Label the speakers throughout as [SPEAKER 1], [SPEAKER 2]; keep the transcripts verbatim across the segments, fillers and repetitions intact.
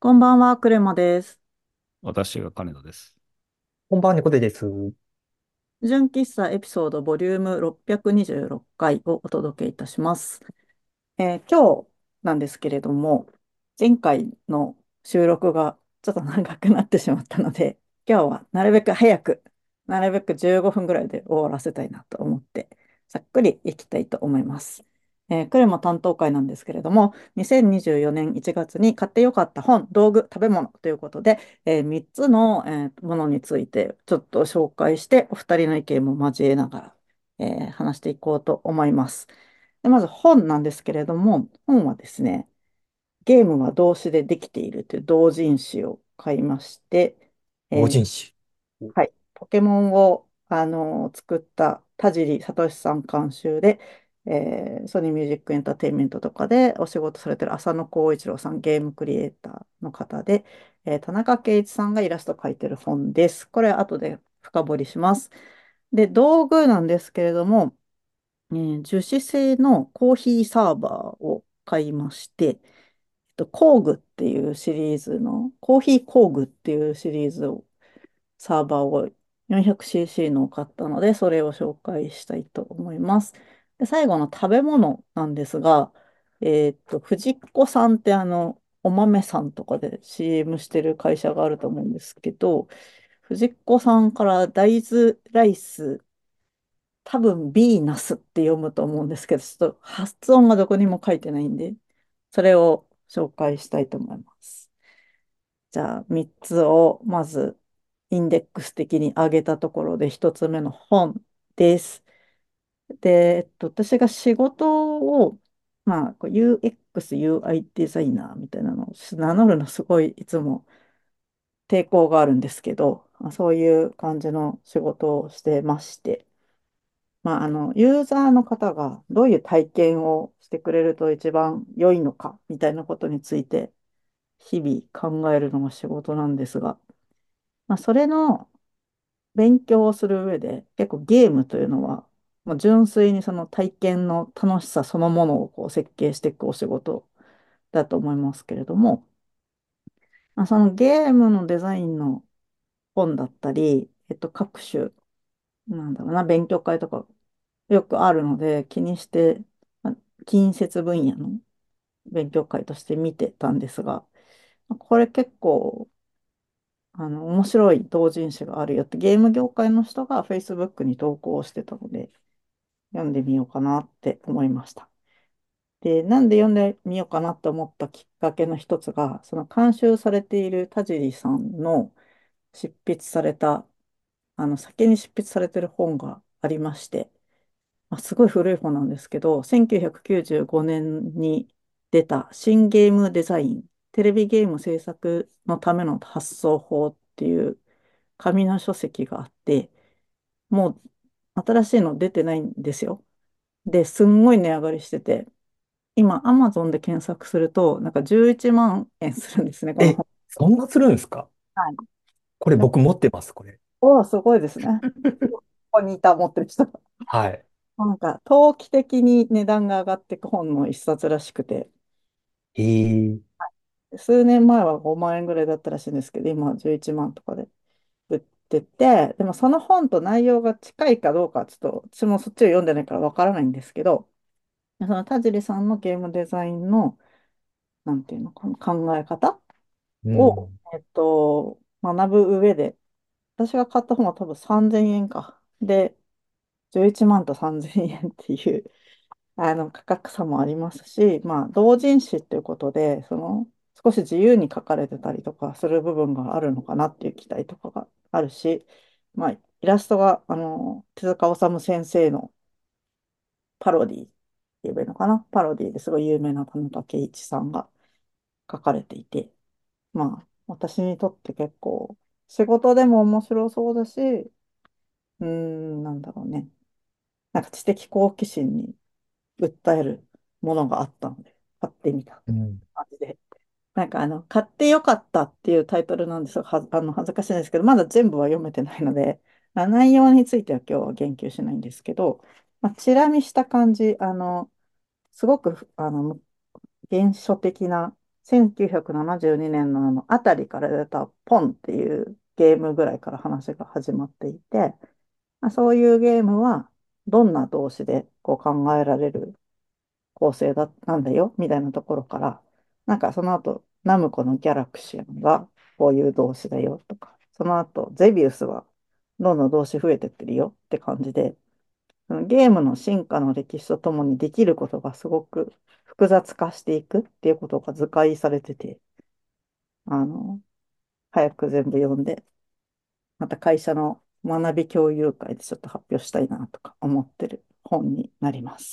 [SPEAKER 1] こんばんは、クレマです。
[SPEAKER 2] 私が金田です。
[SPEAKER 1] こんばんは、猫背です。純喫茶エピソードボリュームろっぴゃくにじゅうろっかいをお届けいたします。えー今日なんですけれども、前回の収録がちょっと長くなってしまったので、今日はなるべく早く、なるべくじゅうごふんぐらいで終わらせたいなと思って、ざっくりいきたいと思います。えー、クレマ担当会なんですけれども、にせんにじゅうよねんいちがつに買ってよかった本、道具、食べ物ということで、えみっつの、えーものについてちょっと紹介して、お二人の意見も交えながら、えー話していこうと思います。で、まず本なんですけれども、本はですね、ゲームは動詞でできているという同人誌を買いまして、えー
[SPEAKER 2] 同人誌。お
[SPEAKER 1] はい、ポケモンを、あのー作った田尻聡さん監修で、えーソニーミュージックエンターテインメントとかでお仕事されてる浅野光一郎さん、ゲームクリエイターの方で、えー田中圭一さんがイラスト描いてる本です。これ後で深掘りします。で、道具なんですけれども、えー樹脂製のコーヒーサーバーを買いまして、えっと、工具っていうシリーズの、コーヒー工具っていうシリーズを、サーバーを よんひゃくシーシー のを買ったので、それを紹介したいと思います。で、最後の食べ物なんですが、えーっと、藤子さんってあの、お豆さんとかで シーエム してる会社があると思うんですけど、藤子さんから大豆ライス多分ビーナスって読むと思うんですけど、ちょっと発音がどこにも書いてないんで、それを紹介したいと思います。じゃあ、みっつをまずインデックス的に上げたところで、ひとつめの本です。で、えっと、私が仕事を、まあ、こう ユーエックス、ユーアイ デザイナーみたいなのを名乗るのすごいいつも抵抗があるんですけど、まあそういう感じの仕事をしてまして、まあ、あの、ユーザーの方がどういう体験をしてくれると一番良いのかみたいなことについて日々考えるのが仕事なんですが、まあ、それの勉強をする上で結構ゲームというのは、まあ、純粋にその体験の楽しさそのものをこう設計していくお仕事だと思いますけれども、まあ、そのゲームのデザインの本だったり、えっと、各種、なんだろうな、勉強会とかよくあるので、気にして、まあ近接分野の勉強会として見てたんですが、これ結構、あの、面白い同人誌があるよって、ゲーム業界の人が Facebook に投稿してたので、読んでみようかなって思いました。で、なんで読んでみようかなって思ったきっかけの一つが、その監修されている田尻さんの執筆された、あの、先に執筆されている本がありまして、まあ、すごい古い本なんですけど、せんきゅうひゃくきゅうじゅうごねんに出た新ゲームデザイン、テレビゲーム制作のための発想法っていう紙の書籍があって、もう新しいの出てないんですよ。で、すんごい値上がりしてて、今、アマゾンで検索すると、なんかじゅういちまん円するんですね、この
[SPEAKER 2] え、
[SPEAKER 1] 本。
[SPEAKER 2] そんなするんですか？
[SPEAKER 1] はい。
[SPEAKER 2] これ
[SPEAKER 1] で、
[SPEAKER 2] 僕持ってます、これ。
[SPEAKER 1] おーすごいですね。ここにいた、持ってる人。
[SPEAKER 2] はい。
[SPEAKER 1] なんか、投機的に値段が上がっていく本の一冊らしくて、
[SPEAKER 2] えー、
[SPEAKER 1] 数年前はごまん円ぐらいだったらしいんですけど、今はじゅういちまんとかで売ってて、でもその本と内容が近いかどうか、ちょっと私もそっちを読んでないからわからないんですけど、その田尻さんのゲームデザインの、なんていうの、この考え方を、
[SPEAKER 2] うん。
[SPEAKER 1] えっと、学ぶ上で、私が買った本は多分さんぜんえんか。で、じゅういちまんとさんぜんえんっていうあの価格差もありますし、まあ、同人誌っていうことで、その少し自由に書かれてたりとかする部分があるのかなっていう期待とかがあるし、まあ、イラストがあの手塚治虫先生のパロディって言えばいいのかな、パロディですごい有名な田中圭一さんが書かれていて、まあ、私にとって結構仕事でも面白そうだし、うーん、なんだろうね、なんか知的好奇心に訴えるものがあったので、買ってみた
[SPEAKER 2] うん。
[SPEAKER 1] 感じで。なんかあの、買ってよかったっていうタイトルなんですが、は、あの、恥ずかしいんですけど、まだ全部は読めてないので、あ内容については今日は言及しないんですけど、まあ、チラ見した感じ、あの、すごく、あの、原初的なせんきゅうひゃくななじゅうにねんのあのあたりから出たポンっていうゲームぐらいから話が始まっていて、まあ、そういうゲームはどんな動詞でこう考えられる構成だ、なんだよみたいなところから、なんかその後、ナムコのギャラクシアンがこういう動詞だよとか、その後、ゼビウスはどんどん動詞増えてってるよって感じで、そのゲームの進化の歴史とともにできることがすごく複雑化していくっていうことが図解されてて、あの、早く全部読んで、また会社の学び共有会でちょっと発表したいなとか思ってる本になります。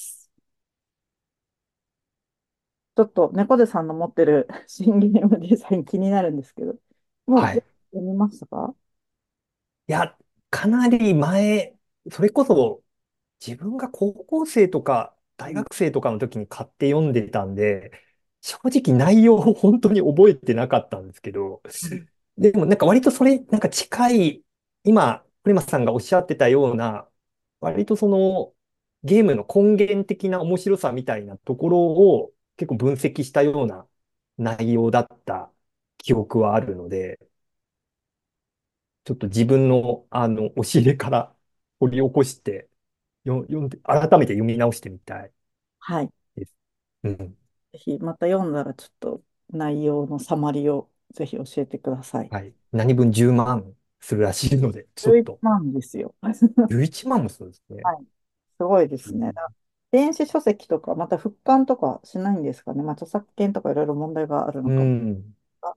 [SPEAKER 1] ちょっと猫背さんの持ってる新ゲームデザイン気になるんですけど、もう
[SPEAKER 2] はい。
[SPEAKER 1] 読みましたか？
[SPEAKER 2] いや、かなり前、それこそ自分が高校生とか
[SPEAKER 1] うん。
[SPEAKER 2] 大学生とかの時に買って読んでたんで、正直内容を本当に覚えてなかったんですけど、
[SPEAKER 1] うん。
[SPEAKER 2] でもなんか割とそれ、なんか近い、今、プリマさんがおっしゃってたような、割とそのゲームの根源的な面白さみたいなところを結構分析したような内容だった記憶はあるので、ちょっと自分のあの押し入れから掘り起こしてよ読んで、改めて読み直してみたい
[SPEAKER 1] はい。
[SPEAKER 2] です。うん。
[SPEAKER 1] ぜひ、また読んだらちょっと内容のサマリをぜひ教えてください。
[SPEAKER 2] はい。何分じゅうまんするらしいので、ちょっ
[SPEAKER 1] 11
[SPEAKER 2] と。
[SPEAKER 1] 万ですよ。
[SPEAKER 2] じゅういちまんもするんですね。
[SPEAKER 1] はい。すごいですね。
[SPEAKER 2] うん。
[SPEAKER 1] 電子書籍とか、また復刊とかしないんですかね。まあ、著作権とかいろいろ問題があるの
[SPEAKER 2] う
[SPEAKER 1] かも。
[SPEAKER 2] ん。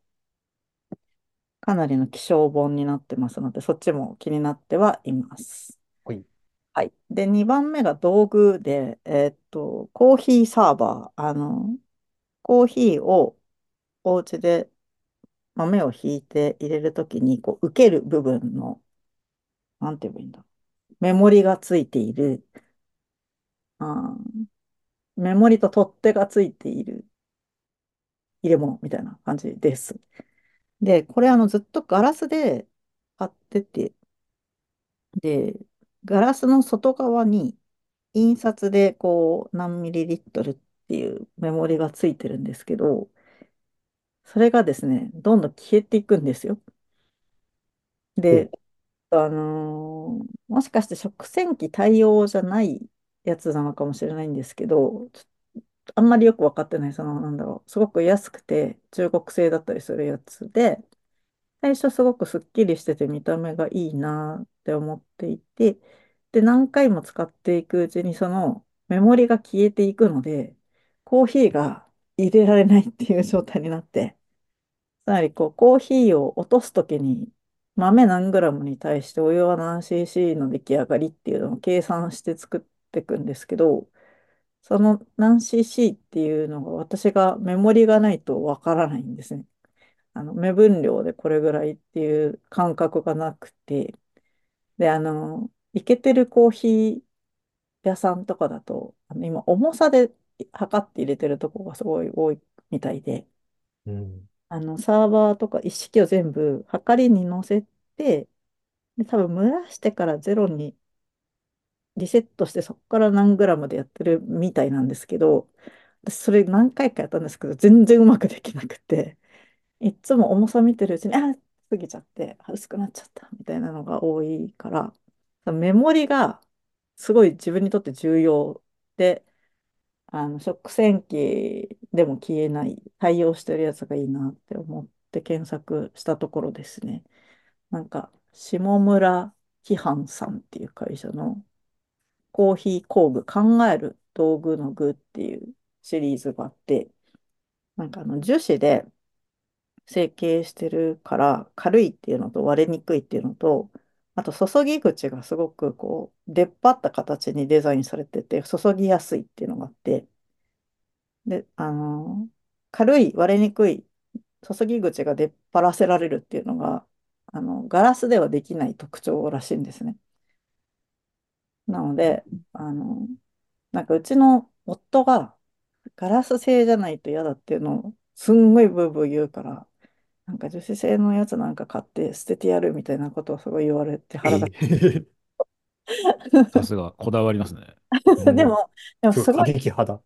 [SPEAKER 1] かなりの希少本になってますので、そっちも気になってはいます。
[SPEAKER 2] はい。
[SPEAKER 1] はい。で、にばんめが道具で、えーっと、コーヒーサーバー。あの、コーヒーをお家で豆をひいて入れるときに、こう、受ける部分の、なんて言えばいいんだ。メモリがついている、あー、メモリと取っ手がついている入れ物みたいな感じです。で、これあのずっとガラスで買ってて、で、ガラスの外側に印刷でこう何ミリリットルっていうメモリがついてるんですけど、それがですね、どんどん消えていくんですよ。
[SPEAKER 2] ほう。
[SPEAKER 1] で、あのーもしかして食洗機対応じゃないやつなのかもしれないんですけど、ちょっとあんまりよく分かってない、その、なんだろう、すごく安くて中国製だったりするやつで、最初すごくすっきりしてて見た目がいいなって思っていて、で、何回も使っていくうちにそのメモリが消えていくので、コーヒーが入れられないっていう状態になって、つまりこうコーヒーを落とすときに豆何グラムに対してお湯は何 シーシー の出来上がりっていうのを計算して作っていくんですけど、その何 シーシー っていうのが私がメモリがないとわからないんですね。あの目分量でこれぐらいっていう感覚がなくて、で、あの、イケてるコーヒー屋さんとかだと、あの今、重さで測って入れてるとこがすごい多いみたいで、
[SPEAKER 2] うん。
[SPEAKER 1] あの、サーバーとか一式を全部、測りに乗せて、で、多分蒸らしてからゼロにリセットして、そこから何グラムでやってるみたいなんですけど、私それ何回かやったんですけど、全然うまくできなくて、いつも重さ見てるうちに、あ、過ぎちゃって、あ薄くなっちゃったみたいなのが多いから、メモリがすごい自分にとって重要で、あの食洗機でも消えない、対応してるやつがいいなって思って検索したところですね、なんか、下村喜範さんっていう会社のコーヒー工具、考える道具の具っていうシリーズがあって、なんかあの樹脂で成形してるから軽いっていうのと割れにくいっていうのと、あと注ぎ口がすごくこう出っ張った形にデザインされてて注ぎやすいっていうのがあって、で、あの軽い割れにくい注ぎ口が出っ張らせられるっていうのがあのガラスではできない特徴らしいんですね。なので、あのなんかうちの夫がガラス製じゃないと嫌だっていうのをすんごいブーブー言うから、なんか樹脂製のやつなんか買って捨ててやるみたいなことをすごい言われて腹が
[SPEAKER 2] ええ。
[SPEAKER 3] さすが、こだわりますね。
[SPEAKER 2] う
[SPEAKER 1] で
[SPEAKER 2] ん。
[SPEAKER 1] も、でも
[SPEAKER 2] すごい過
[SPEAKER 1] すごい、
[SPEAKER 2] 激派だ。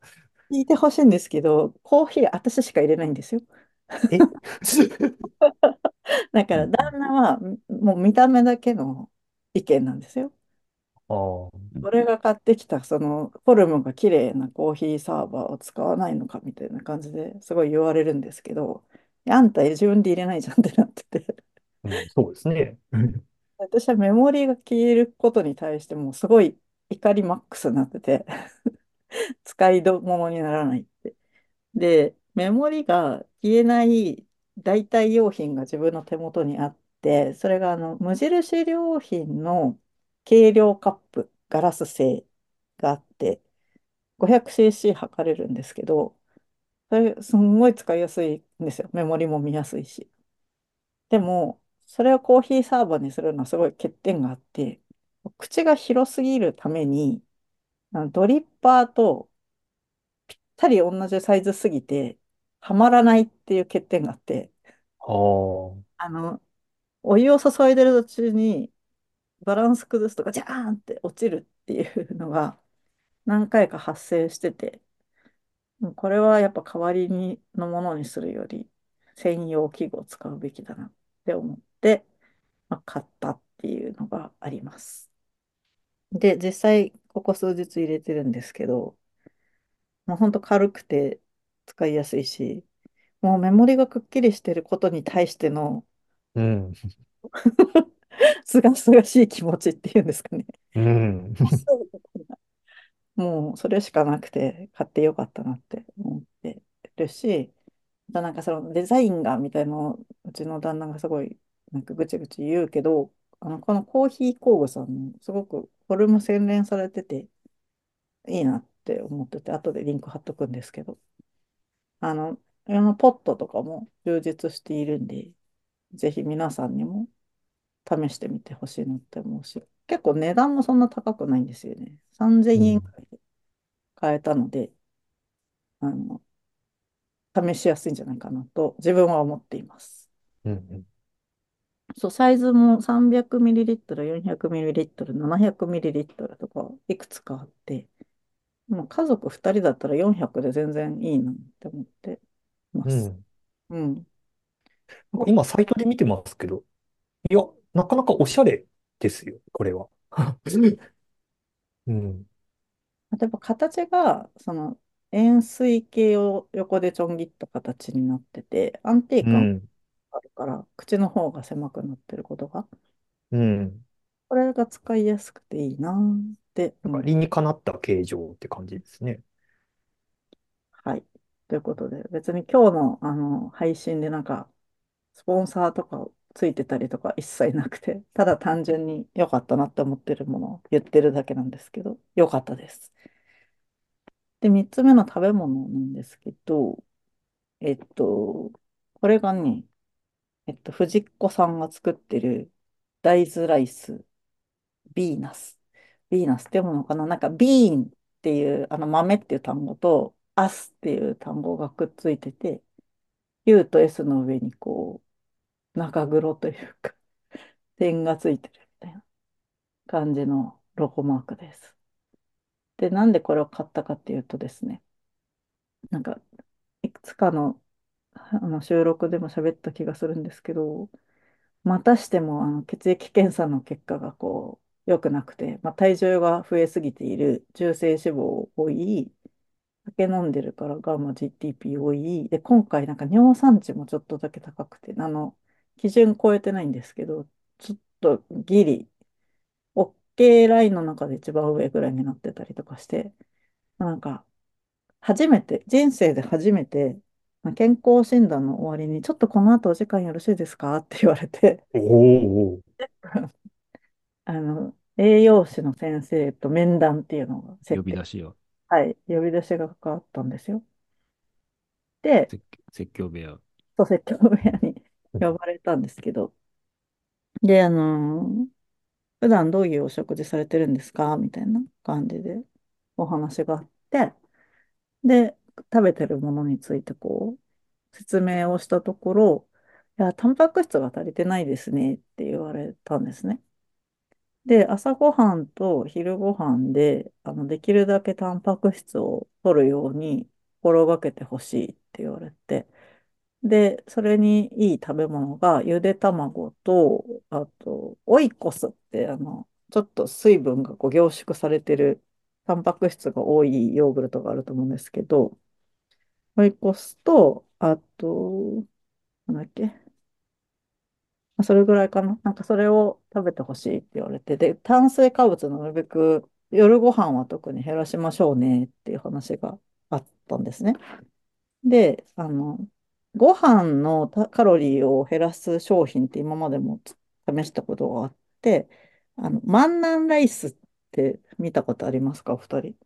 [SPEAKER 1] 聞いてほしいんですけど、コーヒー私しか入れないんですよ。
[SPEAKER 2] え
[SPEAKER 1] だか
[SPEAKER 2] うん。
[SPEAKER 1] ら旦那はもう見た目だけの意見なんですよ。
[SPEAKER 2] ああ、
[SPEAKER 1] 俺が買ってきたそのフォルムが綺麗なコーヒーサーバーを使わないのかみたいな感じですごい言われるんですけど、いやあんた自分で入れないじゃんってなってて、
[SPEAKER 2] うん、そうですね。
[SPEAKER 1] 私はメモリーが消えることに対してもすごい怒りマックスになってて、使い物にならないって。で、メモリが消えない代替用品が自分の手元にあって、それがあの無印良品の計量カップ、ガラス製があって、ごひゃくシーシー 測れるんですけど、それすんごい使いやすいんですよ。メモリも見やすいし。でも、それをコーヒーサーバーにするのはすごい欠点があって、口が広すぎるために、あのドリッパーとたり同じサイズすぎて、はまらないっていう欠点があって、
[SPEAKER 2] ああ、
[SPEAKER 1] あの、お湯を注いでる途中にバランス崩すとか、ジャーンって落ちるっていうのが何回か発生してて、もうこれはやっぱ代わりにのものにするより専用器具を使うべきだなって思って、まあ、買ったっていうのがあります。で、実際ここ数日入れてるんですけど、もうほんと軽くて使いやすいし、もうメモリがくっきりしてることに対しての
[SPEAKER 2] うん、
[SPEAKER 1] すがすがしい気持ちっていうんですかね。
[SPEAKER 2] うん、
[SPEAKER 1] もうそれしかなくて買ってよかったなって思ってるし、あとなんかそのデザインがみたいなのをうちの旦那がすごいなんかぐちぐち言うけど、あのこのコーヒー工具さんもすごくフォルム洗練されてていいなって思ってて、後でリンク貼っとくんですけど、あの、あのポットとかも充実しているんで、ぜひ皆さんにも試してみてほしいなって思うし、結構値段もそんな高くないんですよね。3000
[SPEAKER 2] うん、
[SPEAKER 1] 円くらいで買えたので、あの、試しやすいんじゃないかなと自分は思っています。
[SPEAKER 2] うん、
[SPEAKER 1] そう、サイズも さんびゃくミリリットル、よんひゃくミリリットル、ななひゃくミリリットルとかいくつかあって、まあ、家族ふたりだったらよんひゃくで全然いいなって思ってます。
[SPEAKER 2] うん。
[SPEAKER 1] うん。
[SPEAKER 2] なんか今、サイトで見てますけど、いや、なかなかおしゃれですよ、これは。うん、
[SPEAKER 1] 例えば形が、その、円錐形を横でちょん切った形になってて、安定感
[SPEAKER 2] うん、
[SPEAKER 1] があるから、口の方が狭くなってることが、
[SPEAKER 2] うん。
[SPEAKER 1] これが使いやすくていいなって
[SPEAKER 2] なんか
[SPEAKER 1] 思う。
[SPEAKER 2] 理にかなった形状って感じですね。
[SPEAKER 1] はい。ということで、別に今日の、あの配信でなんか、スポンサーとかついてたりとか一切なくて、ただ単純に良かったなって思ってるものを言ってるだけなんですけど、良かったです。で、みっつめの食べ物なんですけど、えっと、これがね、えっと、藤子さんが作ってる大豆ライス、ビーナス。ビーナスって読むのかな、なんか、ビーンっていう、あの、豆っていう単語と、アスっていう単語がくっついてて、U と S の上にこう、中黒というか、点がついてるみたいな感じのロゴマークです。で、なんでこれを買ったかっていうとですね、なんか、いくつかの、あの収録でも喋った気がするんですけど、またしてもあの血液検査の結果がこう良くなくて、まあ、体重が増えすぎている、中性脂肪多い、酒飲んでるからガンマ ジーティーピー 多い、で、今回なんか尿酸値もちょっとだけ高くて、あの、基準超えてないんですけど、ちょっとギリ、OK ラインの中で一番上ぐらいになってたりとかして、なんか、初めて、人生で初めて、まあ健康診断の終わりに、ちょっとこの後お時間よろしいですかって言われて、
[SPEAKER 2] おお、
[SPEAKER 1] あの、栄養士の先生と面談っていうのが
[SPEAKER 3] 呼
[SPEAKER 1] 設定、
[SPEAKER 3] び出しよ。
[SPEAKER 1] はい、呼び出しがかかったんですよ。で、
[SPEAKER 3] 説説教部屋。
[SPEAKER 1] そう説教部屋に呼ばれたんですけど、で、あのー普段どういうお食事されてるんですかみたいな感じでお話があって、で、食べてるものについてこう、説明をしたところ、いや、タンパク質が足りてないですねって言われたんですね。で、朝ごはんと昼ごはんで、あの、できるだけタンパク質を取るように心がけてほしいって言われて、で、それにいい食べ物が、ゆで卵と、あと、オイコスって、あの、ちょっと水分がこう凝縮されてる、タンパク質が多いヨーグルトがあると思うんですけど、オイコスと、あと、なんだっけ、まあそれぐらいかな。なんかそれを食べてほしいって言われて、で、炭水化物なるべく夜ご飯は特に減らしましょうねっていう話があったんですね。で、あの、ご飯のたカロリーを減らす商品って今までもつ試したことがあって、あの、万南ライスって見たことありますか、お二人？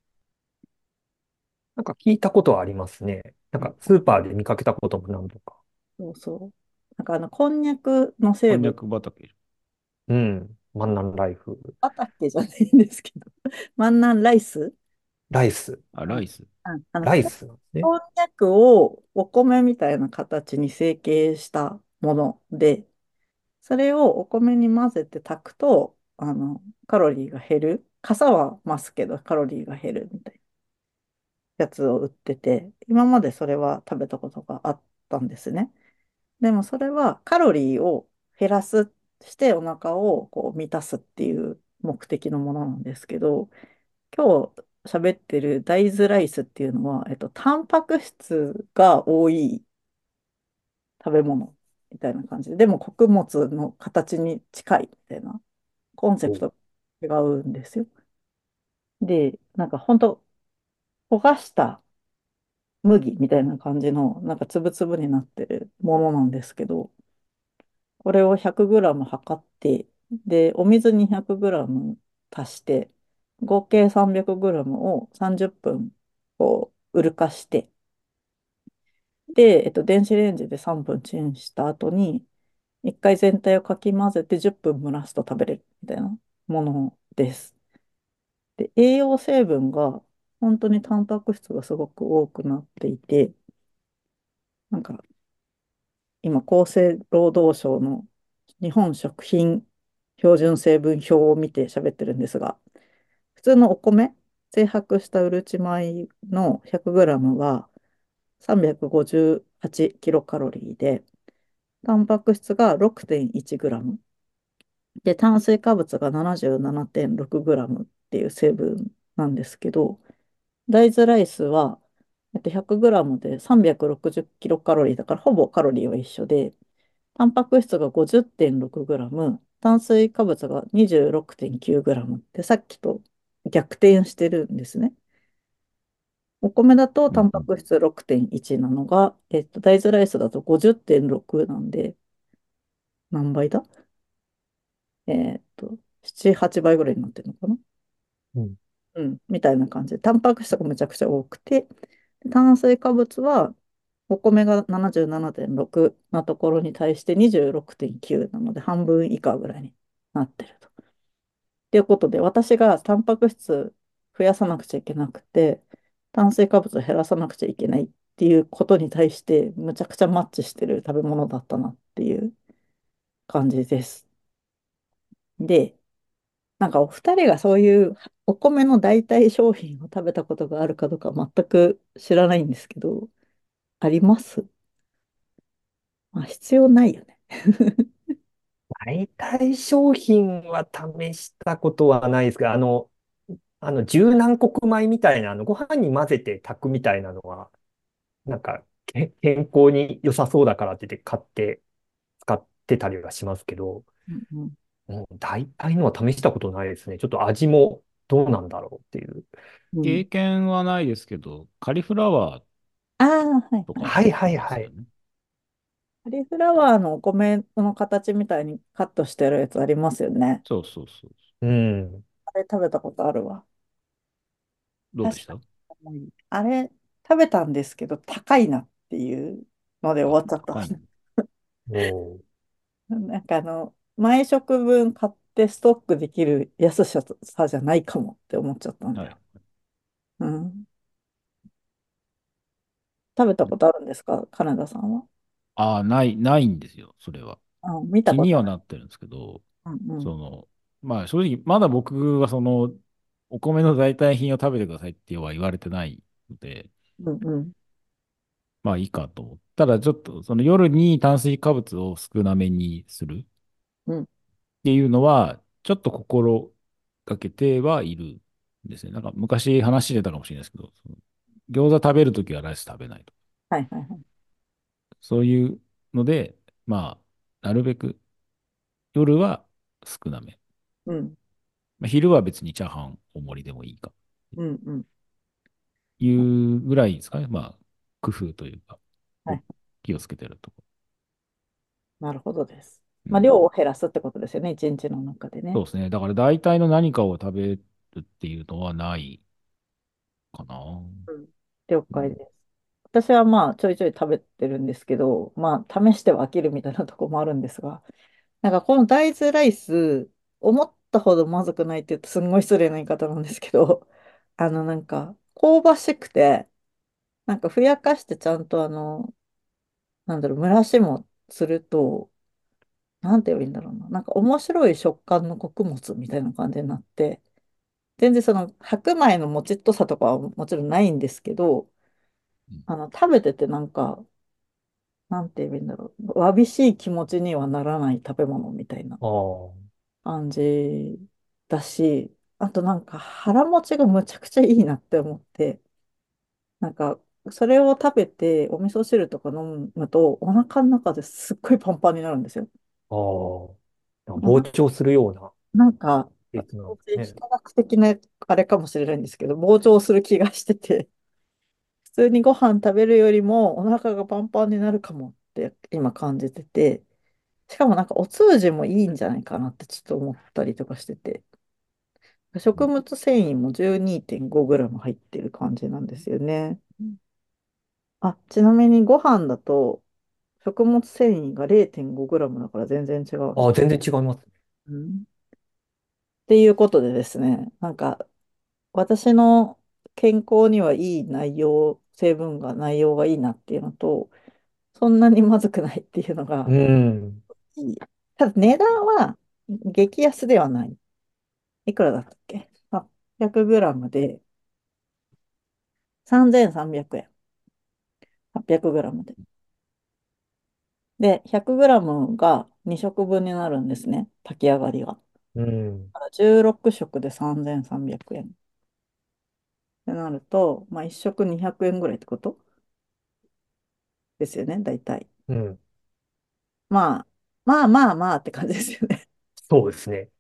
[SPEAKER 2] なんか聞いたことはありますね。なんかスーパーで見かけたことも何度か。
[SPEAKER 1] そうそう。なんかあの、こんにゃくの成分、
[SPEAKER 3] こんにゃく畑。
[SPEAKER 2] うん。マンナンライフ。
[SPEAKER 1] 畑じゃないんですけど、万南ライス。
[SPEAKER 2] ライス。
[SPEAKER 3] あ、
[SPEAKER 1] うん
[SPEAKER 3] ライス。
[SPEAKER 1] ああの、
[SPEAKER 2] ライ
[SPEAKER 1] こ
[SPEAKER 2] スなんですね。
[SPEAKER 1] こんにゃくをお米みたいな形に成形したもので、それをお米に混ぜて炊くと、あの、カロリーが減る。かさは増すけど、カロリーが減るみたいなやつを売ってて、今までそれは食べたことがあったんですね。でもそれはカロリーを減らすしてお腹をこう満たすっていう目的のものなんですけど、今日喋ってる大豆ライスっていうのは、えっと、タンパク質が多い食べ物みたいな感じで、でも穀物の形に近いみたいなコンセプ
[SPEAKER 2] お
[SPEAKER 1] トが違うんですよ。で、なんか本当焦がした麦みたいな感じの、なんかつぶつぶになってるものなんですけど、これを ひゃくグラム 測って、で、お水に ひゃくグラム 足して、合計 さんびゃくグラム をさんじゅっぷんこう、うるかして、で、えっと、電子レンジでさんぷんチンした後に、一回全体をかき混ぜてじゅっぷん蒸らすと食べれるみたいなものです。で、栄養成分が本当にタンパク質がすごく多くなっていて、なんか今厚生労働省の日本食品標準成分表を見て喋ってるんですが、普通のお米、精白したうるち米の ひゃくグラム はさんびゃくごじゅうはちキロカロリーで、タンパク質が ろくてんいちグラム、で、炭水化物が ななじゅうななてんろくグラム っていう成分なんですけど、大豆ライスは、えっと、ひゃくグラムでさんびゃくろくじゅうキロカロリーだからほぼカロリーは一緒で、タンパク質が ごじゅってんろくグラム、炭水化物が にじゅうろくてんきゅうグラム ってさっきと逆転してるんですね。お米だとタンパ
[SPEAKER 3] うんうん。
[SPEAKER 1] ク質ろくてんいちなのが、えっと、大豆ライスだとごじゅってんろくなんで、何倍だえっと、なな、はちばいぐらいになってるのかな。
[SPEAKER 2] うん。
[SPEAKER 1] うん、みたいな感じで、タンパク質がめちゃくちゃ多くて、炭水化物はお米がななじゅうななてんろくななところに対してにじゅうろくてんきゅうなので、半分以下ぐらいになってると。ということで、私がタンパク質増やさなくちゃいけなくて、炭水化物を減らさなくちゃいけないっていうことに対して、むちゃくちゃマッチしてる食べ物だったなっていう感じです。で、なんかお二人がそういうお米の代替商品を食べたことがあるかどうか全く知らないんですけど、あります？まあ、必要ないよね。
[SPEAKER 2] 代替商品は試したことはないですが、あの、あの、十何穀米みたいな、あの、ご飯に混ぜて炊くみたいなのは、なんか、け健康に良さそうだからって言って買って使ってたりはしますけど、
[SPEAKER 1] うんうん
[SPEAKER 2] うん、代替のは試したことないですね。ちょっと味もどうなんだろうっていう。
[SPEAKER 1] うん
[SPEAKER 3] 経験はないですけど、カリフラワー
[SPEAKER 1] ああ、はいはい。
[SPEAKER 3] とか
[SPEAKER 2] はいは
[SPEAKER 3] あり
[SPEAKER 2] いはい。
[SPEAKER 3] ますよね。
[SPEAKER 1] カリフラワーのお米の形みたいにカットしてるやつありますよね。
[SPEAKER 3] そうそうそう。
[SPEAKER 2] うん。
[SPEAKER 1] あれ食べたことあるわ。確か
[SPEAKER 3] どうでした？
[SPEAKER 1] に。あれ食べたんですけど、高いなっていうので
[SPEAKER 3] あ、
[SPEAKER 1] 終わっちゃった。
[SPEAKER 3] 高いの。
[SPEAKER 2] おー。
[SPEAKER 1] なんかあの、毎食分買ってストックできる安さじゃないかもって思っちゃったんだ
[SPEAKER 3] はい。
[SPEAKER 1] よ。うん。食べたことあるんですか、カナダさんは？
[SPEAKER 3] ああ、ない、ないんですよ、それは。
[SPEAKER 1] あ、見た
[SPEAKER 3] 気には
[SPEAKER 1] ことある。
[SPEAKER 3] なってるんですけど、
[SPEAKER 1] うんうん。
[SPEAKER 3] その、まあ正直、まだ僕はその、お米の代替品を食べてくださいっては言われてないので、
[SPEAKER 1] うんうん。
[SPEAKER 3] まあいいかと思ったら、ちょっとその夜に炭水化物を少なめにするっ
[SPEAKER 1] うん。
[SPEAKER 3] ていうのは、ちょっと心がけてはいるんですね。なんか昔話してたかもしれないですけど、その餃子食べるときはライス食べないと。
[SPEAKER 1] はいはいはい。
[SPEAKER 3] そういうので、まあ、なるべく夜は少なめ。
[SPEAKER 1] うん。
[SPEAKER 3] まあ、昼は別にチャーハン大盛りでもいいか。
[SPEAKER 1] うんうん。
[SPEAKER 3] いうぐらいですかね。まあ、工夫というか、
[SPEAKER 1] はい。
[SPEAKER 3] 気をつけてるとこ
[SPEAKER 1] なるほどです。
[SPEAKER 3] ろ。う
[SPEAKER 1] まあ、
[SPEAKER 3] ん。
[SPEAKER 1] 量を減らすってことですよね、一日の中でね。
[SPEAKER 3] そうですね。だから大体の何かを食べるっていうのはないかな。
[SPEAKER 1] うん。了
[SPEAKER 3] うん。
[SPEAKER 1] 解です。私はまあ、ちょいちょい食べてるんですけど、まあ、試しては飽きるみたいなところもあるんですが、なんかこの大豆ライス、思ったほどまずくないって言うとすんごい失礼な言い方なんですけど、あのなんか香ばしくて、なんかふやかしてちゃんとあの、なんだろう、蒸らしもすると、なんて言えばいいんだろうな、なんか面白い食感の穀物みたいな感じになって、全然その白米のもちっとさとかはもちろんないんですけど、あの食べててなんか、なんて言えばいいんだろう、わびしい気持ちにはならない食べ物みたいな
[SPEAKER 2] ああ。
[SPEAKER 1] 感じだし、あとなんか腹持ちがむちゃくちゃいいなって思って、なんかそれを食べてお味噌汁とか飲むとお腹の中ですっごいパンパンになるんですよ。
[SPEAKER 2] ああ。なんか膨
[SPEAKER 1] な
[SPEAKER 2] 張するような
[SPEAKER 1] なんか、
[SPEAKER 2] やつなんですね。
[SPEAKER 1] 非科学的なあれかもしれないんですけど、膨張する気がしてて、普通にご飯食べるよりもお腹がパンパンになるかもって今感じてて、しかもなんかお通じもいいんじゃないかなってちょっと思ったりとかしてて、食物繊維も じゅうにてんごグラム 入ってる感じなんですよね。あ、ちなみにご飯だと食物繊維が れいてんごグラム だから全然違うんです。
[SPEAKER 2] ああ、全然違います。
[SPEAKER 1] うん、っていうことでですね、なんか私の健康にはいい内容、成分が内容がいいなっていうのと、そんなにまずくないっていうの
[SPEAKER 2] う
[SPEAKER 1] が
[SPEAKER 2] ん。
[SPEAKER 1] いい。ただ値段は激安ではない。いくらだったっけ？ はっぴゃくグラム でさんぜんさんびゃくえん。はっぴゃくグラム で。で、ひゃくグラム がに食分になるんですね。炊き上がりが。
[SPEAKER 2] うん。
[SPEAKER 1] だからじゅうろく食でさんぜんさんびゃくえん。ってなると、まあいち食にひゃくえんぐらいってことですよね、大体。
[SPEAKER 2] うん。
[SPEAKER 1] まあ、まあまあまあって感じですよね。
[SPEAKER 2] そうですね。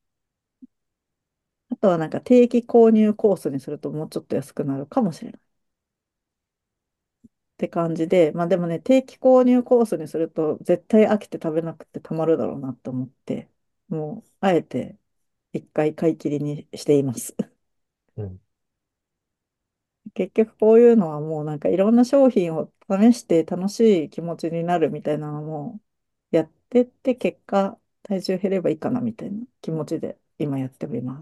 [SPEAKER 1] あとはなんか定期購入コースにするともうちょっと安くなるかもしれないって感じで、まあでもね、定期購入コースにすると絶対飽きて食べなくてたまるだろうなと思って、もうあえて一回買い切りにしています。
[SPEAKER 2] うん。
[SPEAKER 1] 結局こういうのはもうなんかいろんな商品を試して楽しい気持ちになるみたいなのもやってって結果体重減ればいいかなみたいな気持ちで今やっております。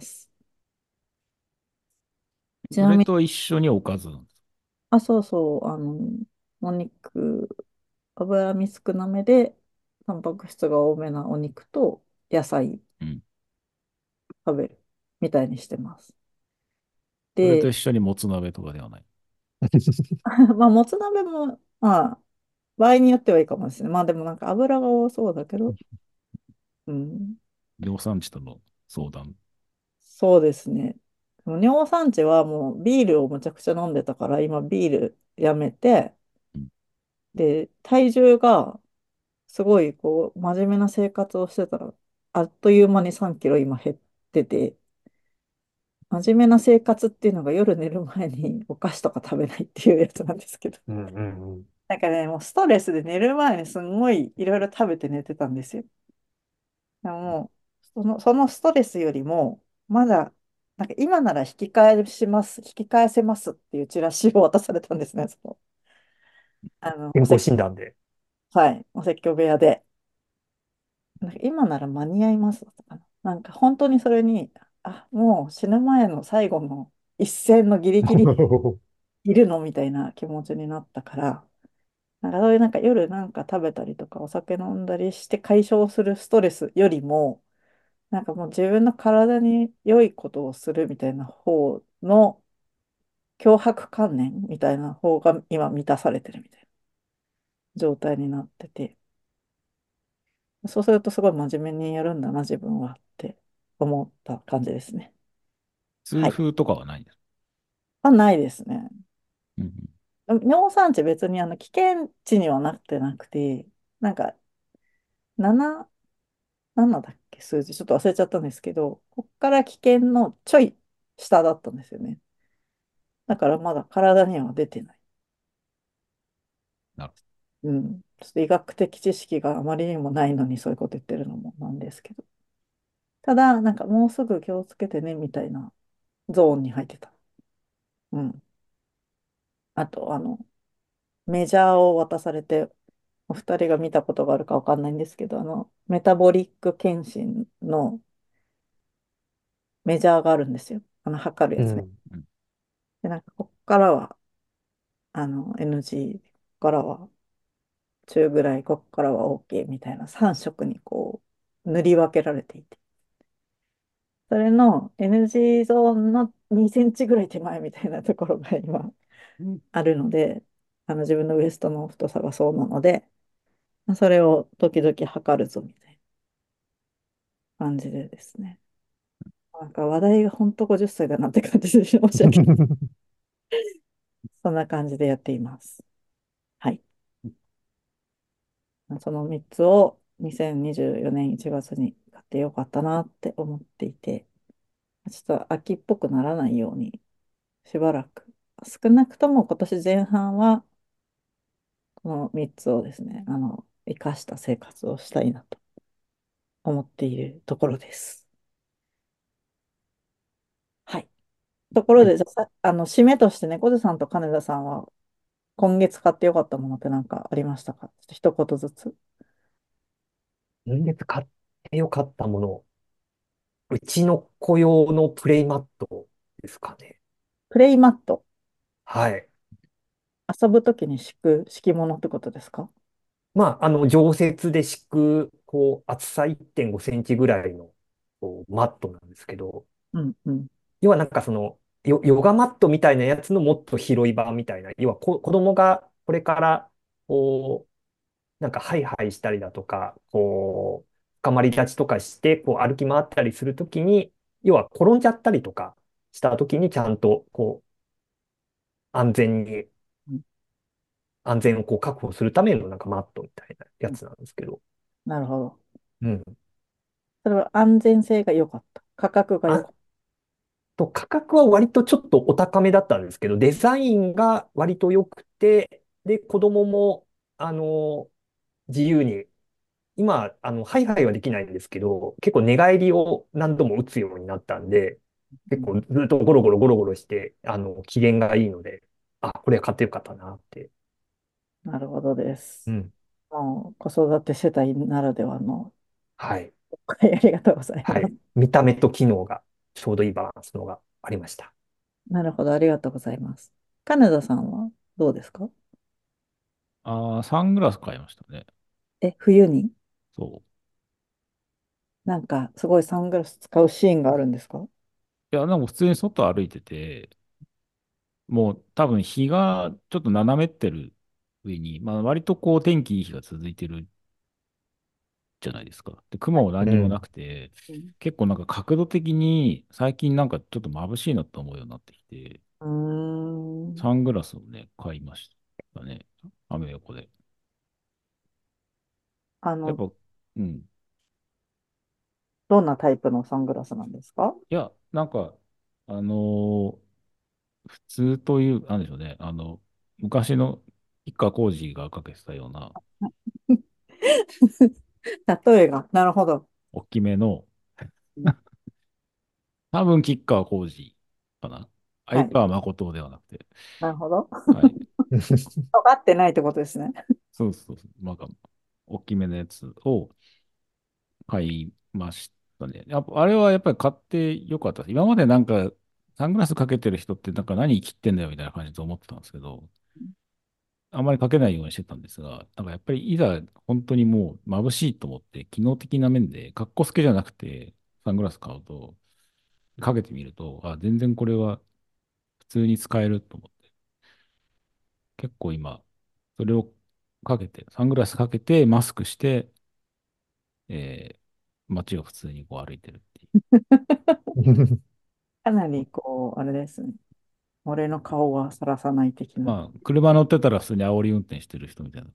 [SPEAKER 1] ちなみに、
[SPEAKER 3] それと一緒におかずなんです。
[SPEAKER 1] あ、そうそう、あの、お肉、脂身少なめで、タンパク質が多めなお肉と野菜
[SPEAKER 3] うん。
[SPEAKER 1] 食べるみたいにしてます。で、
[SPEAKER 3] それと一緒にもつ鍋とかではない。
[SPEAKER 1] まあ、もつ鍋も、まあ、場合によってはいいかもしれない。まあ、でもなんか油が多そうだけど、うん、
[SPEAKER 3] 量産地との相談。
[SPEAKER 1] そうですね。でも尿酸値はもうビールをむちゃくちゃ飲んでたから、今ビールやめて、
[SPEAKER 3] うん。
[SPEAKER 1] で、体重がすごいこう、真面目な生活をしてたら、あっという間にさんキロ今減ってて、真面目な生活っていうのが夜寝る前にお菓子とか食べないっていうやつなんですけど。
[SPEAKER 2] うんうんうん。
[SPEAKER 1] なんかね、もうストレスで寝る前にすんごいいろいろ食べて寝てたんですよ。でももう、その、そのストレスよりも、まだ、なんか今なら引き返します、引き返せますっていうチラシを渡されたんですね。その、あの、
[SPEAKER 2] 健康
[SPEAKER 1] おせ、
[SPEAKER 2] 診断で。
[SPEAKER 1] はい、お説教部屋で。なんか今なら間に合いますとかな。なんか本当にそれに、あ、もう死ぬ前の最後の一線のギリギリいるのみたいな気持ちになったから、なんかそういうなんか夜なんか食べたりとかお酒飲んだりして解消するストレスよりも、なんかもう自分の体に良いことをするみたいな方の強迫観念みたいな方が今満たされてるみたいな状態になってて、そうするとすごい真面目にやるんだな、自分はって思った感じですね。はい。
[SPEAKER 3] 痛風とかはないんです。
[SPEAKER 1] あ、ないですね。
[SPEAKER 3] うんうん。
[SPEAKER 1] 尿酸値別にあの危険値にはなってなくて、なんかなな、ななだっけ数字、ちょっと忘れちゃったんですけど、こっから危険のちょい下だったんですよね。だからまだ体には出てない。
[SPEAKER 3] なる
[SPEAKER 1] うん。ちょっと医学的知識があまりにもないのにそういうこと言ってるのもなんですけど。ただ、なんかもうすぐ気をつけてねみたいなゾーンに入ってた。うん。あと、あの、メジャーを渡されて、お二人が見たことがあるかわかんないんですけど、あの、メタボリック検診のメジャーがあるんですよ。あの、測るやつね。
[SPEAKER 2] うん。
[SPEAKER 3] ほど。
[SPEAKER 1] で、なんか、こっからは、あの、エヌジー、こっからは中ぐらい、こっからは OK みたいなさん色にこう、塗り分けられていて。それの エヌジー ゾーンのにセンチぐらい手前みたいなところが今
[SPEAKER 3] うん
[SPEAKER 1] あるので、あの自分のウエストの太さがそうなので、それを時々測るぞみたいな感じでですね。なんか話題が本当ごじゅっさいだなって感じで申し訳ない。そんな感じでやっています。はい。そのみっつをにせんにじゅうよねんいちがつに買ってよかったなって思っていて、ちょっと秋っぽくならないようにしばらく、少なくとも今年前半はこのみっつをですね、あの、生かした生活をしたいなと思っているところです。はい。ところ
[SPEAKER 2] はい。
[SPEAKER 1] で、じゃあ、さあの、締めとして猫背さんと金田さんは今月買ってよかったものって何かありましたか？ちょっと一言ずつ。
[SPEAKER 2] 今月買ってよかったもの。うちの子用のプレイマットですかね。
[SPEAKER 1] プレイマット。
[SPEAKER 2] はい。
[SPEAKER 1] 遊ぶときに敷く敷物ってことですか？
[SPEAKER 2] まあ、あの、常設で敷く、こう、厚さいってんごセンチぐらいの、こう、マットなんですけど、
[SPEAKER 1] うんうん。
[SPEAKER 2] 要はなんかその、ヨ、ヨガマットみたいなやつのもっと広い版みたいな、要はこ、子供がこれから、こう、なんかハイハイしたりだとか、こう、深まり立ちとかして、こう、歩き回ったりするときに、要は転んじゃったりとかしたときに、ちゃんと、こう、安全に、
[SPEAKER 1] うん
[SPEAKER 2] 安全をこう確保するためのなんかマットみたいなや
[SPEAKER 1] うん。
[SPEAKER 2] つなんですけど、
[SPEAKER 1] なるほど。
[SPEAKER 2] うん。
[SPEAKER 1] それは安全性が良かった。価格が良か
[SPEAKER 2] あ
[SPEAKER 1] った。
[SPEAKER 2] と、価格は割とちょっとお高めだったんですけど、デザインが割と良くて、で、子供も、あの、自由に、今、あの、ハイハイはできないんですけど、結構寝返りを何度も打つようになったんで、
[SPEAKER 1] うん。
[SPEAKER 2] 結構ずっとゴロゴロゴロゴロして、あの、機嫌がいいので、あ、これ買ってよかったなって。
[SPEAKER 1] なるほどです。
[SPEAKER 2] うん。
[SPEAKER 1] もう子育て世帯ならではの、
[SPEAKER 2] はい。
[SPEAKER 1] はい、ありがとうござい
[SPEAKER 2] はい。
[SPEAKER 1] ます。
[SPEAKER 2] 見た目と機能がちょうどいいバランスのがありました。
[SPEAKER 1] なるほど、ありがとうございます。金田さんはどうですか？
[SPEAKER 3] ああ、サングラス買いましたね。
[SPEAKER 1] え、冬に
[SPEAKER 3] そう。
[SPEAKER 1] なんかすごいサングラス使うシーンがあるんですか？
[SPEAKER 3] いや、なんか普通に外歩いてて、もう多分日がちょっと斜めってる上に、まあ割とこう天気いい日が続いてるじゃないですか。で、雲も何にもな
[SPEAKER 2] うん。
[SPEAKER 3] くて、
[SPEAKER 1] うん。
[SPEAKER 3] 結構なんか角度的に最近なんかちょっと眩しいなと思うようになってきて、
[SPEAKER 1] うーん。
[SPEAKER 3] サングラスをね、買いましたね。雨横で。
[SPEAKER 1] あの、
[SPEAKER 3] やっぱ、うん。
[SPEAKER 1] どんなタイプのサングラスなんですか？
[SPEAKER 3] いや、なんか、あのー普通という、なんでしょうね。あの、昔の一家工事がかけてたような、
[SPEAKER 1] 例えが、なるほど。
[SPEAKER 3] 大きめの、
[SPEAKER 1] うん。
[SPEAKER 3] 多分吉川晃司かな。
[SPEAKER 1] はい。
[SPEAKER 3] 相川誠ではなくて。
[SPEAKER 1] なるほど。
[SPEAKER 3] はい。
[SPEAKER 1] 分かってないってことですね。
[SPEAKER 3] そうそうそう。なんか、大きめのやつを買いましたね。やっぱ、あれはやっぱり買ってよかったです。今までなんか、サングラスかけてる人ってなんか何切ってんだよみたいな感じで思ってたんですけど、あんまりかけないようにしてたんですが、なんかやっぱりいざ本当にもう眩しいと思って、機能的な面で、かっこつけじゃなくて、サングラス買うと、かけてみると、あ、全然これは普通に使えると思って。結構今、それをかけて、サングラスかけて、マスクして、えー街を普通にこう歩いてるっていう。
[SPEAKER 1] かなりこう、あれですね。俺の顔はさらさない的な。
[SPEAKER 3] まあ、車乗ってたら普通に煽り運転してる人みたいな感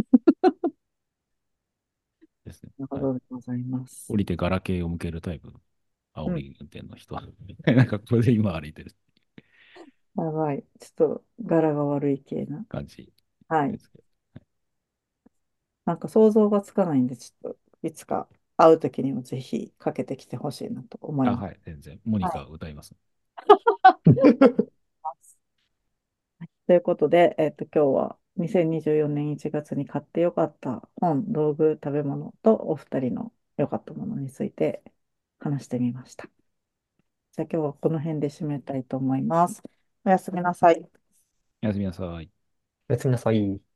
[SPEAKER 3] じですね。
[SPEAKER 1] なるほ
[SPEAKER 3] はい。
[SPEAKER 1] どでございます。
[SPEAKER 3] 降りてガラケーを向けるタイプの煽
[SPEAKER 1] うん。
[SPEAKER 3] り運転の人みたいな格好で今歩いてる
[SPEAKER 1] やばい。ちょっと柄が悪い系な。
[SPEAKER 3] 感じ
[SPEAKER 1] はい。
[SPEAKER 3] ですけど。
[SPEAKER 1] なんか想像がつかないんで、ちょっといつか会うときにもぜひかけてきてほしいなと思い
[SPEAKER 3] あ、
[SPEAKER 1] ます。
[SPEAKER 3] はい、全然。モニ
[SPEAKER 1] はい。
[SPEAKER 3] カ歌います。
[SPEAKER 1] ということで、えっと、今日はにせんにじゅうよねんいちがつに買ってよかった本、道具、食べ物とお二人の良かったものについて話してみました。じゃあ今日はこの辺で締めたいと思います。おやすみなさい。
[SPEAKER 3] おやすみなさい。
[SPEAKER 2] おやすみなさい。